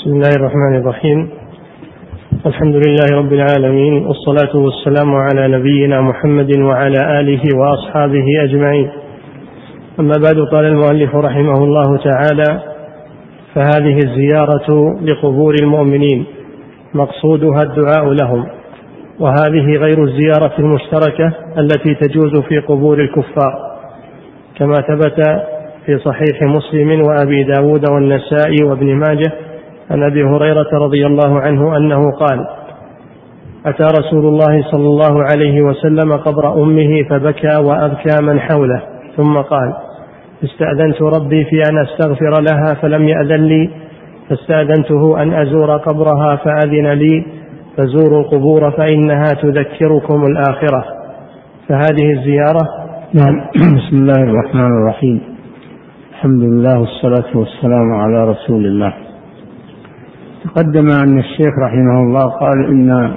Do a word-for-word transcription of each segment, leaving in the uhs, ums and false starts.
بسم الله الرحمن الرحيم. الحمد لله رب العالمين، والصلاة والسلام على نبينا محمد وعلى آله وأصحابه أجمعين. أما بعد، قال المؤلف رحمه الله تعالى: فهذه الزيارة لقبور المؤمنين مقصودها الدعاء لهم، وهذه غير الزيارة المشتركة التي تجوز في قبور الكفار، كما ثبت في صحيح مسلم وأبي داود والنسائي وابن ماجه عن أبي هريرة رضي الله عنه أنه قال: أتى رسول الله صلى الله عليه وسلم قبر أمه فبكى وأبكى من حوله، ثم قال: استأذنت ربي في أن أستغفر لها فلم يأذن لي، فاستأذنته أن أزور قبرها فأذن لي، فزوروا القبور فإنها تذكركم الآخرة. فهذه الزيارة. نعم. بسم الله الرحمن الرحيم. الحمد لله والصلاة والسلام على رسول الله. تقدم أن الشيخ رحمه الله قال إن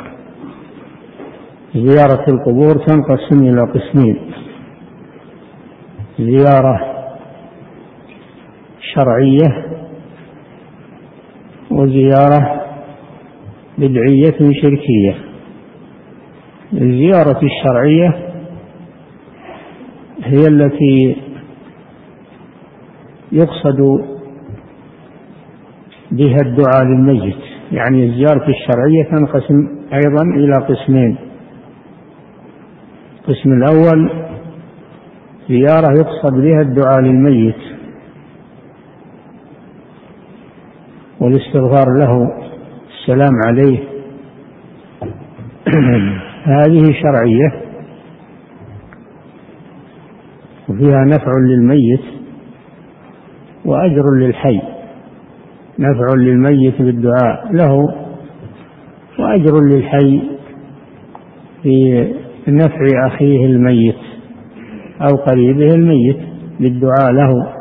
زيارة القبور تنقسم إلى قسمين: زيارة شرعية وزيارة بدعية شركية. الزيارة الشرعية هي التي يقصد بها الدعاء للميت، يعني الزيارة الشرعية تنقسم أيضا إلى قسمين: القسم الأول زيارة يقصد بها الدعاء للميت والاستغفار له، السلام عليه، هذه شرعية وفيها نفع للميت وأجر للحي. نفع للميت بالدعاء له وأجر للحي في نفع أخيه الميت أو قريبه الميت بالدعاء له،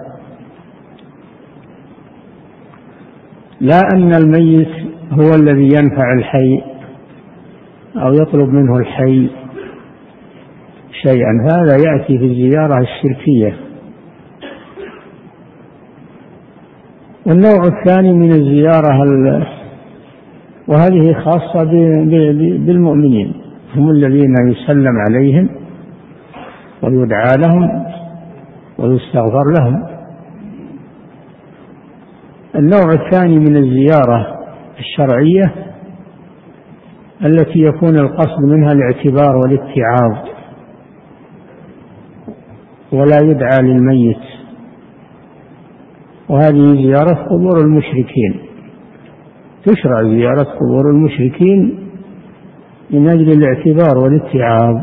لا أن الميت هو الذي ينفع الحي أو يطلب منه الحي شيئا، هذا يأتي في الزيارة الشركية. والنوع الثاني من الزيارة، وهذه خاصة بالمؤمنين، هم الذين يسلم عليهم ويدعى لهم ويستغفر لهم. النوع الثاني من الزيارة الشرعية التي يكون القصد منها الاعتبار والاتعاظ، ولا يدعى للميت، وهذه زيارة قبور المشركين. تشرع زيارة قبور المشركين من أجل الاعتبار والاتعاظ،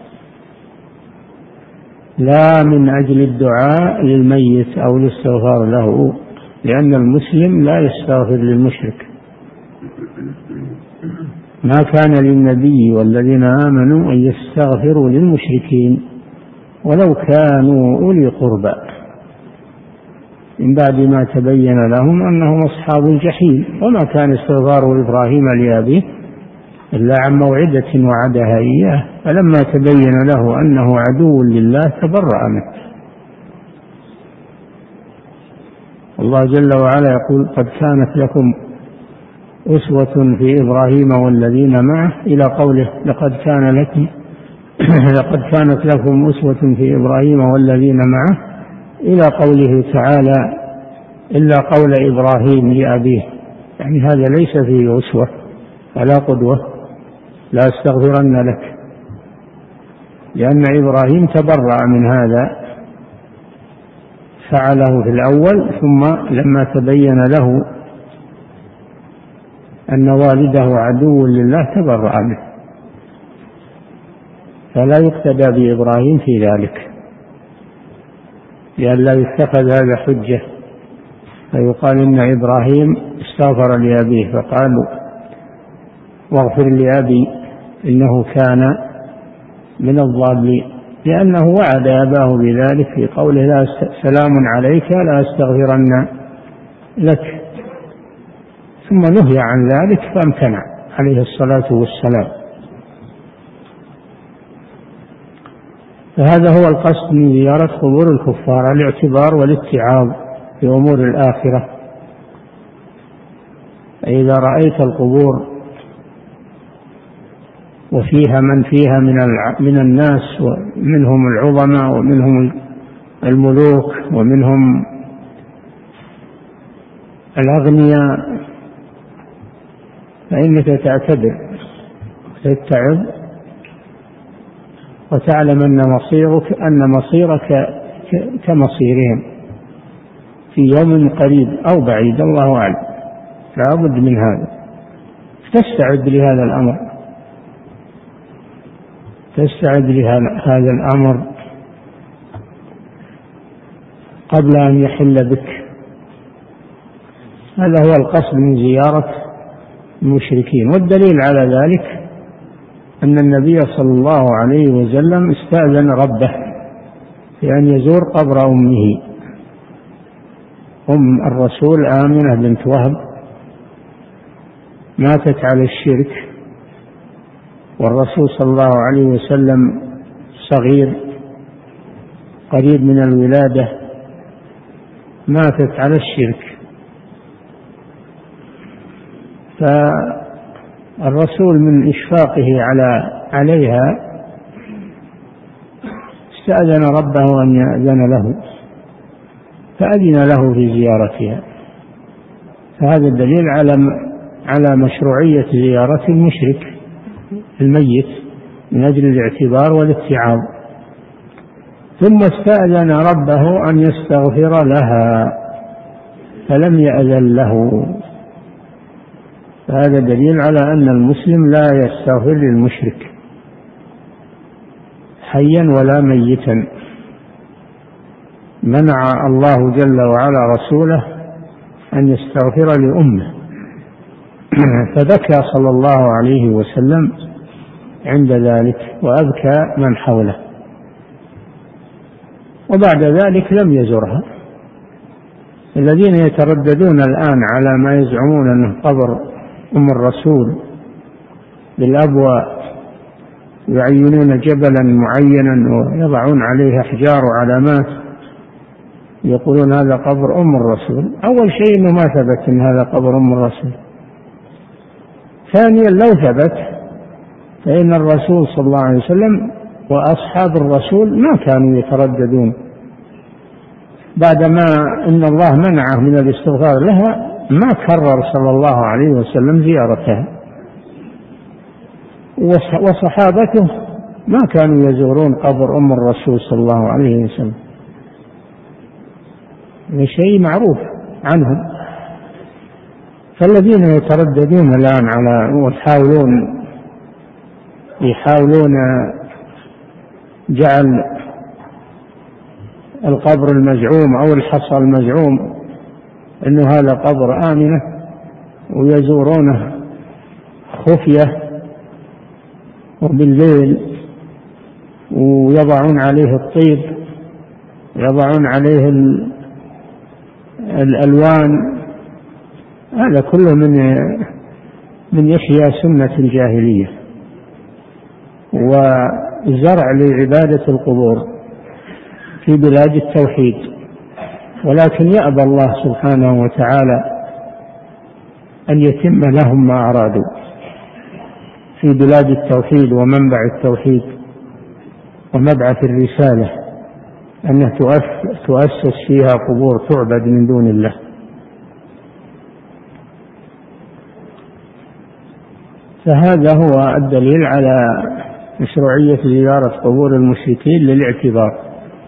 لا من أجل الدعاء للميت أو الاستغفار له، لأن المسلم لا يستغفر للمشرك. ما كان للنبي والذين آمنوا أن يستغفروا للمشركين ولو كانوا أولي قربى من بعد ما تبين لهم أنهم أصحاب الجحيم. وما كان استغفار إبراهيم لأبيه إلا عن موعدة وعدها إياه، فلما تبين له أنه عدو لله تبرأ منه. الله جل وعلا يقول: قد كانت لكم أسوة في إبراهيم والذين معه، إلى قوله: لقد كان لكم لقد كانت لكم أسوة في إبراهيم والذين معه، إلى قوله تعالى: إلا قول إبراهيم لأبيه. يعني هذا ليس فيه أسوة ولا قدوة، لا أستغفرن لك، لأن إبراهيم تبرأ من هذا، فعله في الأول، ثم لما تبين له أن والده عدو لله تبرأ منه، فلا يقتدى بإبراهيم في ذلك، لئلا يتخذ هذا حجة فيقال إن إبراهيم استغفر لأبيه فقالوا: واغفر لأبي إنه كان من الضالين، لأنه وعد أباه بذلك في قوله: لا سلام عليك لا أستغفرن لك، ثم نهي عن ذلك فامتنع عليه الصلاة والسلام. فهذا هو القصد من زيارة قبور الكفار، الاعتبار والاتعاظ في أمور الآخرة. فإذا رأيت القبور وفيها من فيها من من الناس، ومنهم العظماء ومنهم الملوك ومنهم الأغنياء، فإنك تعتبر تتعظ وتعلم أن مصيرك أن مصيرك كمصيرهم في يوم قريب أو بعيد، الله أعلم. لا بد من هذا، تستعد لهذا الأمر، تستعد لهذا الأمر قبل أن يحل بك. هذا هو القصد من زيارة المشركين. والدليل على ذلك أن النبي صلى الله عليه وسلم استأذن ربه في أن يزور قبر أمه أم الرسول آمنة بنت وهب، ماتت على الشرك، والرسول صلى الله عليه وسلم صغير قريب من الولادة، ماتت على الشرك. فالرسول من إشفاقه على عليها استأذن ربه أن يأذن له، فأذن له في زيارتها. فهذا الدليل على على مشروعية زيارة المشرك الميت من أجل الاعتبار والاتعاظ. ثم استأذن ربه أن يستغفر لها فلم يأذن له. فهذا دليل على أن المسلم لا يستغفر للمشرك حيا ولا ميتا. منع الله جل وعلا رسوله أن يستغفر لأمه، فبكى صلى الله عليه وسلم عند ذلك وأبكى من حوله، وبعد ذلك لم يزرها. الذين يترددون الآن على ما يزعمون أنه قبر أم الرسول بالأبواء، يعينون جبلا معينا ويضعون عليه أحجار وعلامات، يقولون هذا قبر أم الرسول. أول شيء أنه ما ثبت أن هذا قبر أم الرسول. ثانيا لو ثبت فإن الرسول صلى الله عليه وسلم وأصحاب الرسول ما كانوا يترددون بعدما أن الله منعه من الاستغفار لها، ما كرر صلى الله عليه وسلم زيارتها. وصحابته ما كانوا يزورون قبر أم الرسول صلى الله عليه وسلم، شيء معروف عنهم. فالذين يترددون الآن على ويحاولون يحاولون جعل القبر المزعوم أو الحصى المزعوم أنه هذا قبر آمنة ويزورونه خفية وبالليل ويضعون عليه الطيب ويضعون عليه الألوان، هذا كله من من يحيى سنة الجاهلية وزرع لعبادة القبور في بلاد التوحيد. ولكن يأبى الله سبحانه وتعالى أن يتم لهم ما أرادوا في بلاد التوحيد ومنبع التوحيد ومبعث الرسالة، أنه تؤسس فيها قبور تعبد من دون الله. فهذا هو الدليل على مشروعية زيارة قبور المشركين للاعتبار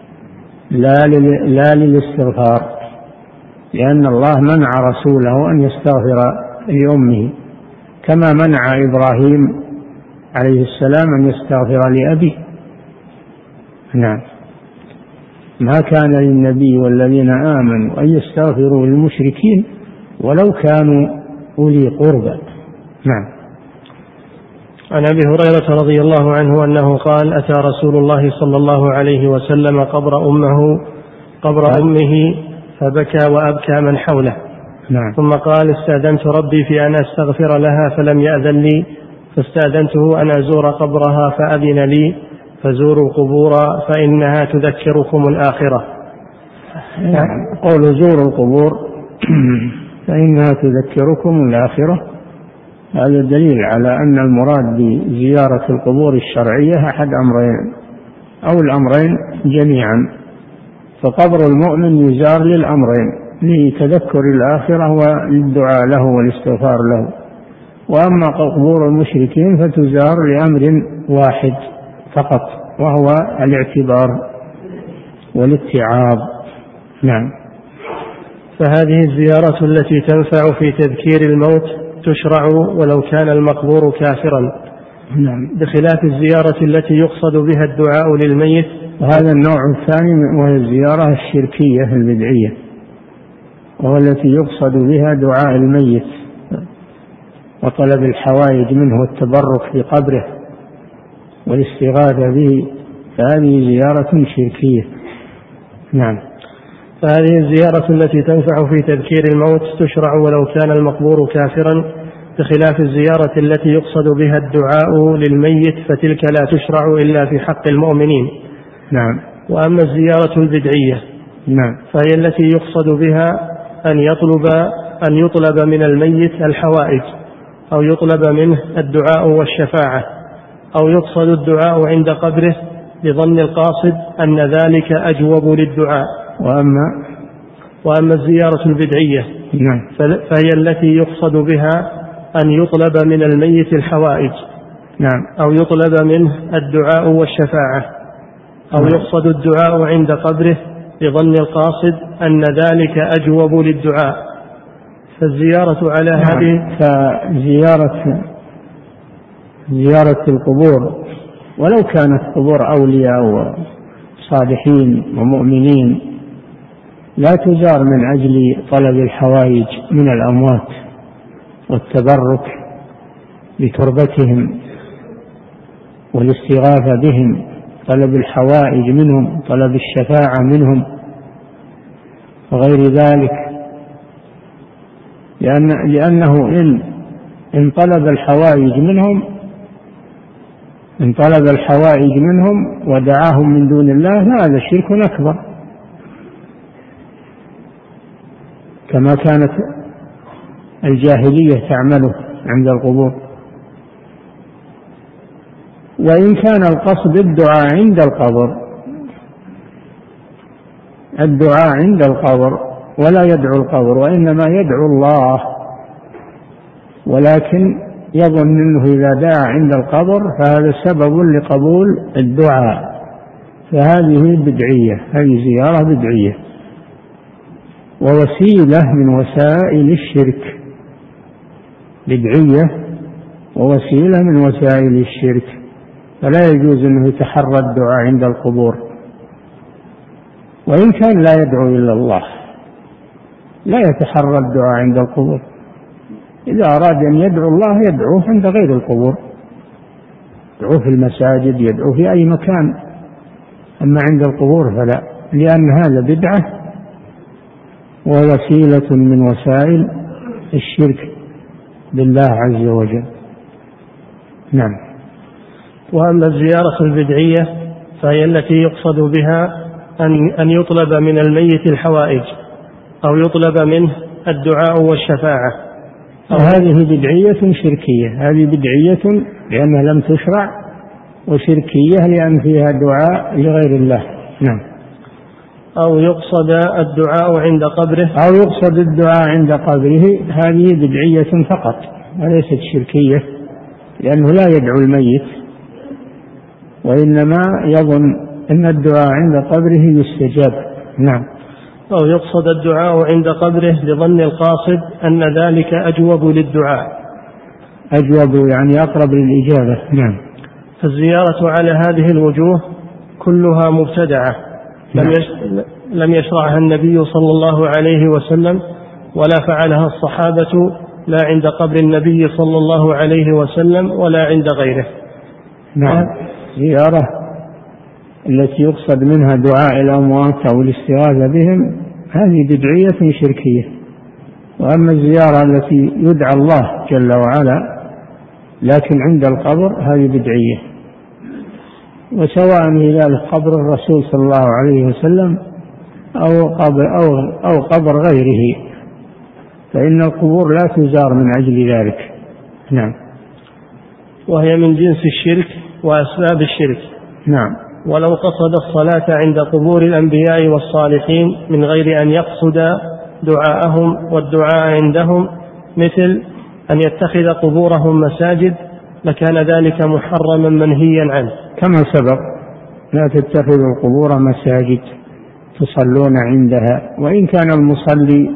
لا للاستغفار، لأن الله منع رسوله أن يستغفر لأمه، كما منع إبراهيم عليه السلام أن يستغفر لأبيه. نعم، ما كان للنبي والذين آمنوا أن يستغفروا للمشركين ولو كانوا أولي قربى. نعم. عن أبي هريرة رضي الله عنه أنه قال: أتى رسول الله صلى الله عليه وسلم قبر أمه قبر أمه فبكى وأبكى من حوله. نعم. ثم قال: استأذنت ربي في أن أستغفر لها فلم يأذن لي، فاستأذنته أن أزور قبرها فأذن لي، فزوروا القبور فإنها تذكركم الآخرة. نعم. قول زوروا القبور فإنها تذكركم الآخرة. هذا دليل على أن المراد بزيارة القبور الشرعية أحد أمرين أو الأمرين جميعا، فقبر المؤمن يزار للأمرين، لتذكر الآخرة وللدعاء له والاستغفار له، وأما قبور المشركين فتزار لأمر واحد فقط، وهو الاعتبار والاتعاظ. نعم. فهذه الزيارة التي تنفع في تذكير الموت تشرع ولو كان المقبور كافرا. نعم. بخلاف الزيارة التي يقصد بها الدعاء للميت. وهذا النوع الثاني وهي الزيارة الشركية البدعية، وهو التي يقصد بها دعاء الميت وطلب الحوائج منه والتبرك بقبره والاستغاثة به، فهذه زيارة شركية. نعم. فهذه الزيارة التي تنفع في تذكير الموت تشرع ولو كان المقبور كافرا، بخلاف الزيارة التي يقصد بها الدعاء للميت فتلك لا تشرع إلا في حق المؤمنين. نعم. وأما الزيارة البدعية نعم. فهي التي يقصد بها أن يطلب أن يطلب من الميت الحوائج، أو يطلب منه الدعاء والشفاعة، أو يقصد الدعاء عند قبره لظن القاصد أن ذلك أجوب للدعاء. وأما وأما الزيارة البدعية نعم. فهي التي يقصد بها أن يطلب من الميت الحوائج. نعم. أو يطلب منه الدعاء والشفاعة، أو نعم. يقصد الدعاء عند قبره لظن القاصد أن ذلك أجوب للدعاء. فالزيارة على نعم. هذه فزيارة زيارة القبور ولو كانت قبور أولياء وصالحين ومؤمنين لا تزار من أجل طلب الحوائج من الأموات والتبرك بتربتهم والاستغاثة بهم، طلب الحوائج منهم، طلب الشفاعة منهم وغير ذلك، لأن لأنه إن إن طلب الحوائج منهم إن طلب الحوائج منهم ودعاهم من دون الله هذا شرك أكبر، كما كانت الجاهلية تعمله عند القبور. وإن كان القصد الدعاء عند القبر الدعاء عند القبر ولا يدعو القبر وإنما يدعو الله، ولكن يظن أنه إذا دعا عند القبر فهذا سبب لقبول الدعاء، فهذه بدعية، هذه زيارة بدعية ووسيلة من وسائل الشرك، بدعية ووسيلة من وسائل الشرك، فلا يجوز أنه يتحرى الدعاء عند القبور، وإن كان لا يدعو إلا الله لا يتحرى الدعاء عند القبور. إذا أراد أن يدعو الله يدعوه عند غير القبور، يدعوه في المساجد، يدعوه في أي مكان، أما عند القبور فلا، لأن هذا بدعة ووسيلة من وسائل الشرك بالله عز وجل. نعم. وأما الزيارة البدعية فهي التي يقصد بها أن أن يطلب من الميت الحوائج، أو يطلب منه الدعاء والشفاعة. هذه بدعية شركية، هذه بدعية لأنها لم تشرع، وشركية لأن فيها دعاء لغير الله. نعم. أو يقصد الدعاء عند قبره أو يقصد الدعاء عند قبره، هذه بدعية فقط وليست شركية، لأنه لا يدعو الميت وإنما يظن أن الدعاء عند قبره يستجاب. نعم. أو يقصد الدعاء عند قبره لظن القاصد أن ذلك أجوب للدعاء. أجوب يعني أقرب للإجابة. نعم. فالزيارة على هذه الوجوه كلها مبتدعة، نعم. لم يشرعها النبي صلى الله عليه وسلم، ولا فعلها الصحابة لا عند قبر النبي صلى الله عليه وسلم ولا عند غيره. نعم. زيارة التي يقصد منها دعاء الأموات أو الاستغاثة بهم هذه بدعية شركية. وأما الزيارة التي يدعى الله جل وعلا لكن عند القبر هذه بدعية، وسواء في ذلك قبر الرسول صلى الله عليه وسلم أو قبر, أو, أو قبر غيره، فإن القبور لا تزار من أجل ذلك. نعم. وهي من جنس الشرك وأسباب الشرك. نعم. ولو قصد الصلاة عند قبور الأنبياء والصالحين من غير أن يقصد دعاءهم والدعاء عندهم، مثل أن يتخذ قبورهم مساجد، لكان ذلك محرما منهيا عنه. كما سبق، لا تتخذوا القبور مساجد تصلون عندها، وإن كان المصلي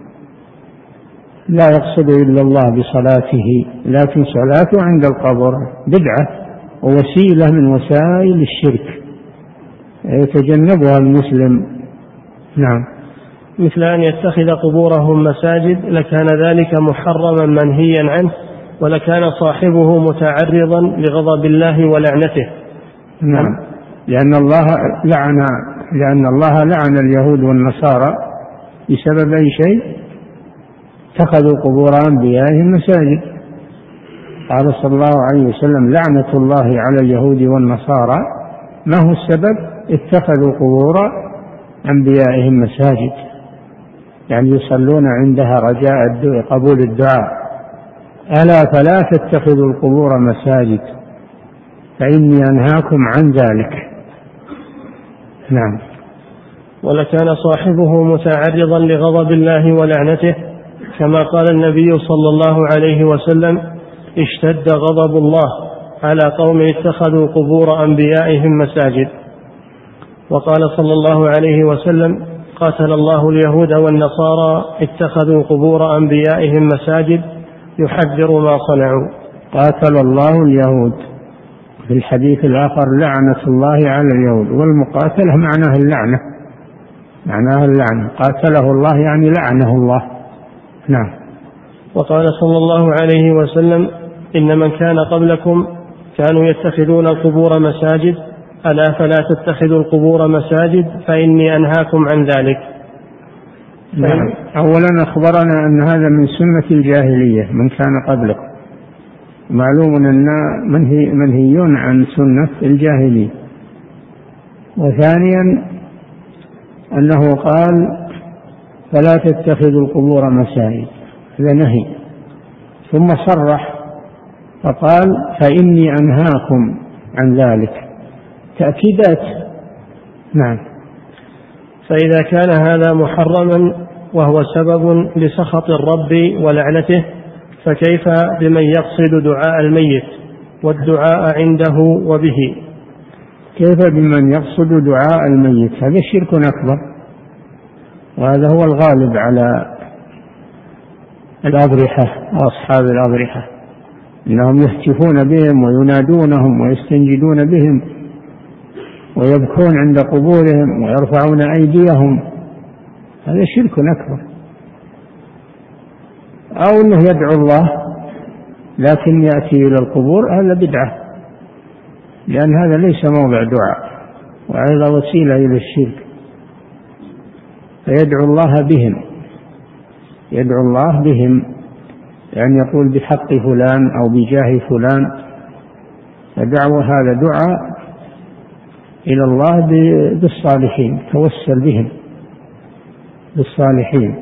لا يقصد إلا الله بصلاته، لكن صلاته عند القبر بدعة ووسيلة من وسائل الشرك يتجنبها المسلم. نعم. مثل أن يتخذ قبورهم مساجد، لكان ذلك محرما منهيا عنه، ولكان صاحبه متعرضا لغضب الله ولعنته. نعم. لأن الله لعن لأن الله لعن اليهود والنصارى بسبب أي شيء؟ اتخذوا قبور أنبيائهم مساجد. قال صلى الله عليه وسلم: لعنة الله على اليهود والنصارى. ما هو السبب؟ اتخذوا قبور أنبيائهم مساجد، يعني يصلون عندها رجاء قبول الدعاء. ألا فلا تتخذوا القبور مساجد فإني أنهاكم عن ذلك. نعم. ولكان صاحبه متعرضا لغضب الله ولعنته، كما قال النبي صلى الله عليه وسلم: اشتد غضب الله على قوم اتخذوا قبور أنبيائهم مساجد. وقال صلى الله عليه وسلم: قاتل الله اليهود والنصارى اتخذوا قبور أنبيائهم مساجد يحذر ما صنعوا. قاتل الله اليهود، في الحديث الآخر: لعنة الله على اليهود. والمقاتلة معناها اللعنة، معناها اللعنة. قاتله الله يعني لعنه الله. نعم. وقال صلى الله عليه وسلم: إن من كان قبلكم كانوا يتخذون القبور مساجد، ألا فلا تتخذوا القبور مساجد فإني أنهاكم عن ذلك. نعم. أولا أخبرنا أن هذا من سنة الجاهلية من كان قبلكم، معلوم أن منهي منهيون عن سنة الجاهلية. وثانيا أنه قال: فلا تتخذوا القبور مساجد، هذا نهي. ثم صرح فقال: فإني أنهاكم عن ذلك، تأكيدات. نعم. فإذا كان هذا محرما وهو سبب لسخط الرب ولعنته، فكيف بمن يقصد دعاء الميت والدعاء عنده وبه؟ كيف بمن يقصد دعاء الميت؟ هذا شرك أكبر، وهذا هو الغالب على الأضرحة وأصحاب الأضرحة، إنهم يهتفون بهم وينادونهم ويستنجدون بهم ويبكون عند قبورهم ويرفعون أيديهم. هذا شرك أكبر. أو أنه يدعو الله لكن يأتي إلى القبور، هذا بدعة، لأن هذا ليس موضع دعاء وهذا وسيلة إلى الشرك. فيدعو الله بهم، يدعو الله بهم، يعني يقول بحق فلان أو بجاه فلان. فدعوة هذا دعاء إلى الله بالصالحين، توسل بهم بالصالحين.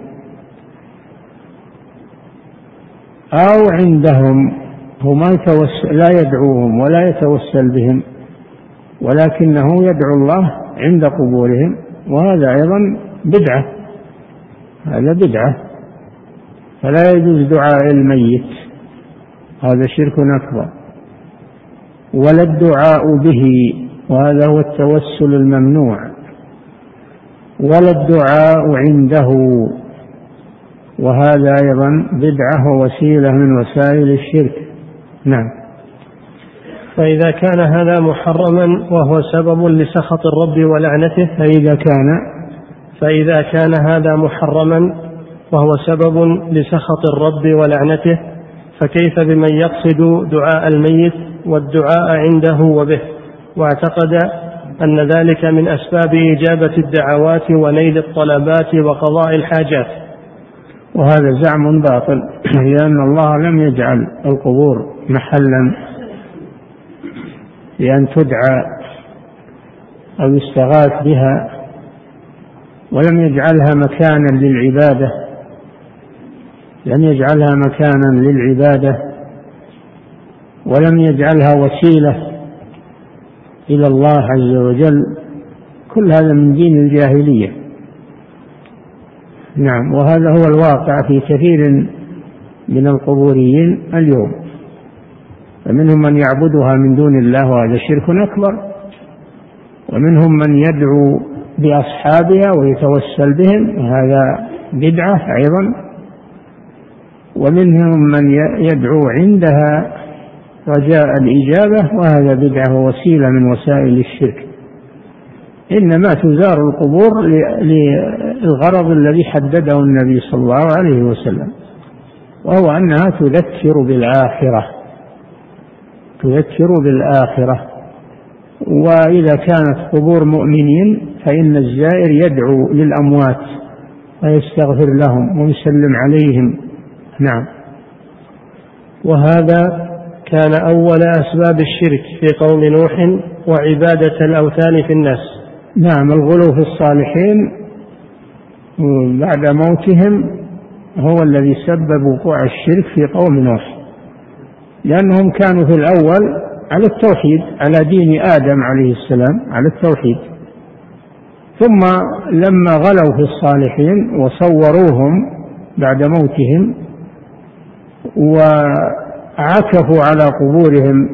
أو عندهم، هو ما يتوسل، لا يدعوهم ولا يتوسل بهم، ولكنه يدعو الله عند قبورهم، وهذا أيضا بدعة، هذا بدعة. فلا يجوز دعاء الميت، هذا شرك أكبر. ولا الدعاء به، وهذا هو التوسل الممنوع. ولا الدعاء عنده، وهذا أيضا بدعة ووسيلة من وسائل الشرك. نعم. فإذا كان هذا محرما وهو سبب لسخط الرب ولعنته، فإذا كان فإذا كان هذا محرما وهو سبب لسخط الرب ولعنته، فكيف بمن يقصد دعاء الميت والدعاء عنده وبه، واعتقد أن ذلك من أسباب إجابة الدعوات ونيل الطلبات وقضاء الحاجات؟ وهذا زعم باطل، لأن الله لم يجعل القبور محلا لأن تدعى أو يستغاث بها، ولم يجعلها مكانا للعبادة، لم يجعلها مكانا للعبادة، ولم يجعلها وسيلة إلى الله عز وجل. كل هذا من دين الجاهلية. نعم، وهذا هو الواقع في كثير من القبوريين اليوم، فمنهم من يعبدها من دون الله وهذا شرك أكبر، ومنهم من يدعو بأصحابها ويتوسل بهم وهذا بدعة أيضا، ومنهم من يدعو عندها رجاء الإجابة وهذا بدعة ووسيلة من وسائل الشرك. إنما تزار القبور للغرض الذي حدده النبي صلى الله عليه وسلم، وهو أنها تذكر بالآخرة تذكر بالآخرة. وإذا كانت قبور مؤمنين فإن الزائر يدعو للأموات ويستغفر لهم ويسلم عليهم. نعم. وهذا كان أول أسباب الشرك في قوم نوح وعبادة الأوثان في الناس. نعم، الغلو في الصالحين بعد موتهم هو الذي سبب وقوع الشرك في قوم نوح، لأنهم كانوا في الأول على التوحيد، على دين آدم عليه السلام، على التوحيد، ثم لما غلوا في الصالحين وصوروهم بعد موتهم وعكفوا على قبورهم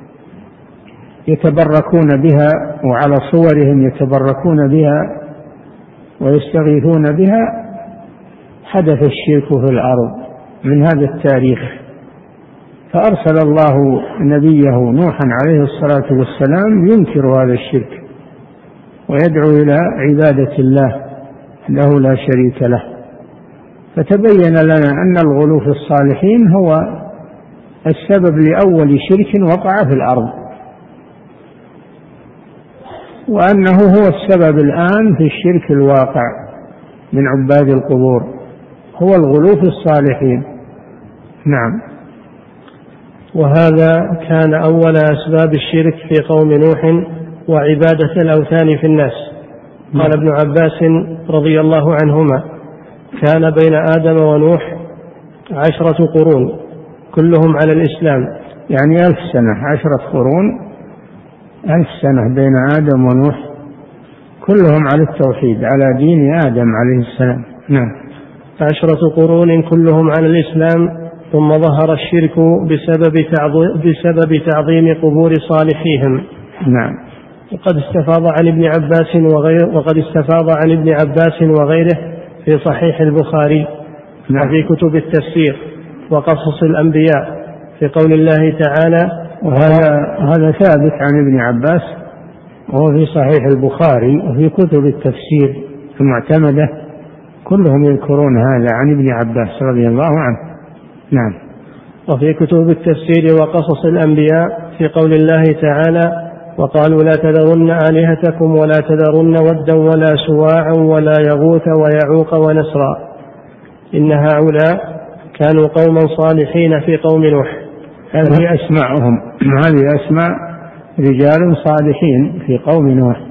يتبركون بها وعلى صورهم يتبركون بها ويستغيثون بها، حدث الشرك في الأرض من هذا التاريخ. فأرسل الله نبيه نوحا عليه الصلاة والسلام ينكر هذا الشرك ويدعو إلى عبادة الله له لا شريك له. فتبين لنا أن الغلو في الصالحين هو السبب لأول شرك وقع في الأرض، وأنه هو السبب الآن في الشرك الواقع من عباد القبور، هو الغلو في الصالحين. نعم. وهذا كان أول أسباب الشرك في قوم نوح وعبادة الأوثان في الناس. قال ابن عباس رضي الله عنهما: كان بين آدم ونوح عشرة قرون كلهم على الإسلام. يعني ألف سنة، عشرة قرون، ألف سنة بين آدم ونوح كلهم على التوحيد، على دين آدم عليه السلام. نعم. عشرة قرون كلهم على الإسلام، ثم ظهر الشرك بسبب بسبب تعظيم قبور صالحيهم. نعم. وقد استفاض عن ابن عباس وغير وقد استفاض عن ابن عباس وغيره في صحيح البخاري. نعم. وفي كتب التفسير وقصص الأنبياء في قول الله تعالى. وهذا هذا ثابت عن ابن عباس وهو في صحيح البخاري وفي كتب التفسير المعتمدة كلهم يذكرون هذا عن ابن عباس رضي الله عنه. نعم. وفي كتب التفسير وقصص الأنبياء في قول الله تعالى: وقالوا لا تذرن آلهتكم ولا تذرن ودا ولا سواعا ولا يغوث ويعوق ونسرا إن هؤلاء كانوا قوما صالحين في قوم نوح. هذه أسماءهم، هذه أسماء رجال صالحين في قوم نوح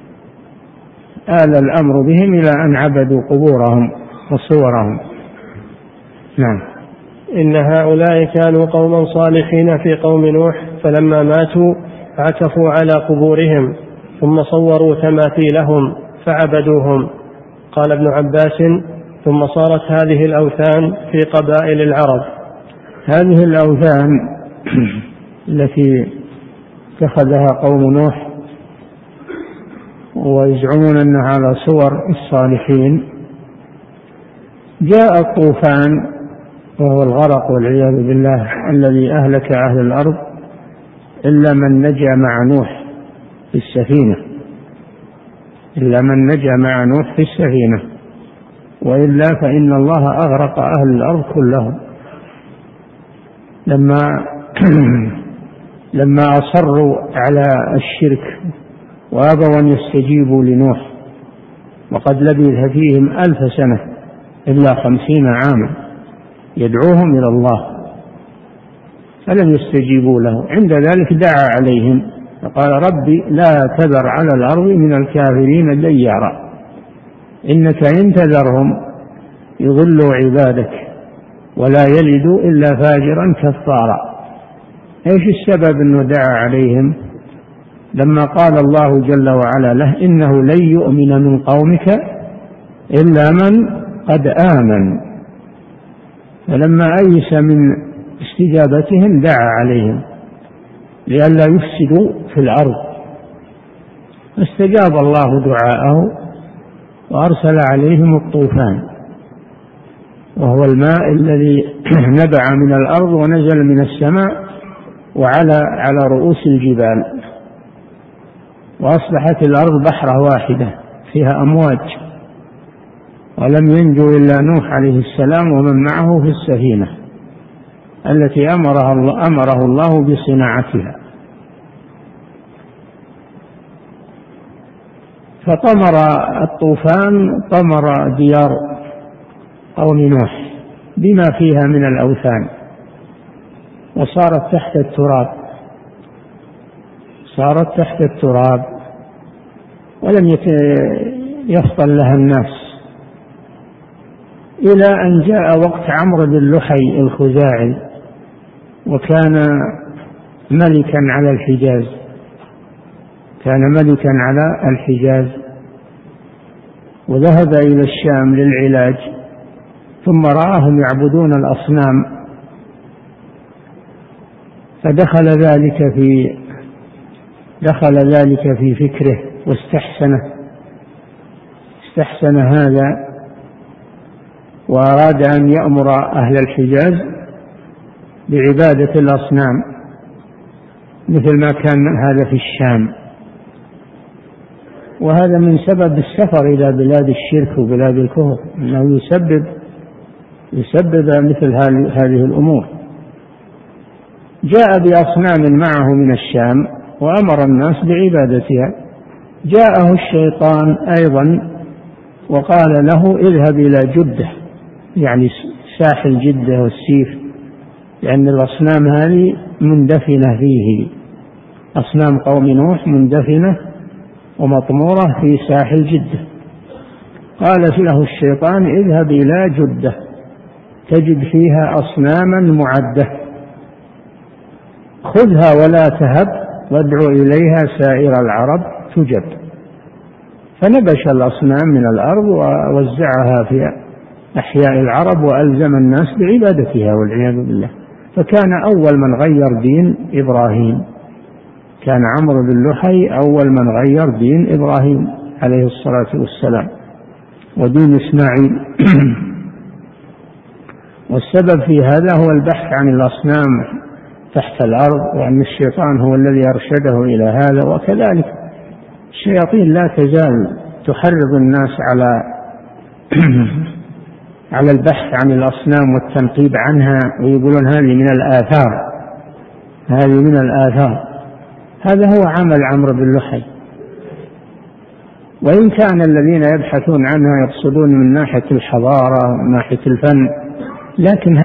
آل الأمر بهم إلى أن عبدوا قبورهم وصورهم. نعم. إن هؤلاء كانوا قوما صالحين في قوم نوح فلما ماتوا عكفوا على قبورهم ثم صوروا تماثيلهم فعبدوهم. قال ابن عباس: ثم صارت هذه الأوثان في قبائل العرب. هذه الأوثان التي اتخذها قوم نوح ويزعمون أنها على صور الصالحين، جاء الطوفان وهو الغرق والعياذ بالله الذي أهلك أهل الأرض إلا من نجا مع نوح في السفينة إلا من نجا مع نوح في السفينة وإلا فإن الله أغرق أهل الأرض كلهم لما لما أصروا على الشرك وأبوا أن يستجيبوا لنوح، وقد لبث فيهم ألف سنة إلا خمسين عاما يدعوهم إلى الله فلم يستجيبوا له. عند ذلك دعا عليهم فقال: ربي لا تذر على الأرض من الكافرين ديارا إنك إن تذرهم يضلوا عبادك ولا يلد إلا فاجرا كفارا. إيش السبب أنه دعا عليهم؟ لما قال الله جل وعلا له إنه لن يؤمن من قومك إلا من قد آمن، فلما أيس من استجابتهم دعا عليهم لئلا يفسدوا في الأرض، فاستجاب الله دعاءه وأرسل عليهم الطوفان، وهو الماء الذي نبع من الأرض ونزل من السماء وعلى على رؤوس الجبال، وأصبحت الأرض بحرة واحدة فيها أمواج، ولم ينجو إلا نوح عليه السلام ومن معه في السفينة التي أمره الله, أمره الله بصناعتها. فطمر الطوفان طمر ديار قوم نوح بما فيها من الأوثان، وصارت تحت التراب صارت تحت التراب ولم يفطن لها الناس، إلى أن جاء وقت عمرو بن لحي الخزاعي، وكان ملكا على الحجاز كان ملكا على الحجاز وذهب إلى الشام للعلاج، ثم رآهم يعبدون الأصنام، فدخل ذلك في دخل ذلك في فكره واستحسنه استحسن هذا، وأراد أن يأمر أهل الحجاز بعبادة الأصنام مثل ما كان هذا في الشام. وهذا من سبب السفر إلى بلاد الشرك وبلاد الكفر، أنه يسبب يسبب مثل هذه الأمور. جاء بأصنام معه من الشام وأمر الناس بعبادتها. جاءه الشيطان أيضا وقال له اذهب إلى جدة، يعني ساحل جدة والسيف، لأن الأصنام هذه مندفنة فيه، أصنام قوم نوح مندفنة ومطمورة في ساحل جدة. قال له الشيطان اذهب إلى جدة تجد فيها أصناما معدة، خذها ولا تهب وادعو إليها سائر العرب تجب. فنبش الأصنام من الأرض ووزعها في أحياء العرب وألزم الناس بعبادتها والعياذ بالله. فكان أول من غير دين إبراهيم، كان عمرو بن لحي أول من غير دين إبراهيم عليه الصلاة والسلام ودين إسماعيل. والسبب في هذا هو البحث عن الأصنام تحت الأرض، وأن الشيطان هو الذي أرشده إلى هذا. وكذلك الشياطين لا تزال تحرض الناس على على البحث عن الأصنام والتنقيب عنها، ويقولون هذه من الآثار هذه من الآثار هذا هو عمل عمرو بن لحي. وإن كان الذين يبحثون عنها يقصدون من ناحية الحضارة ومن ناحية الفن، لكن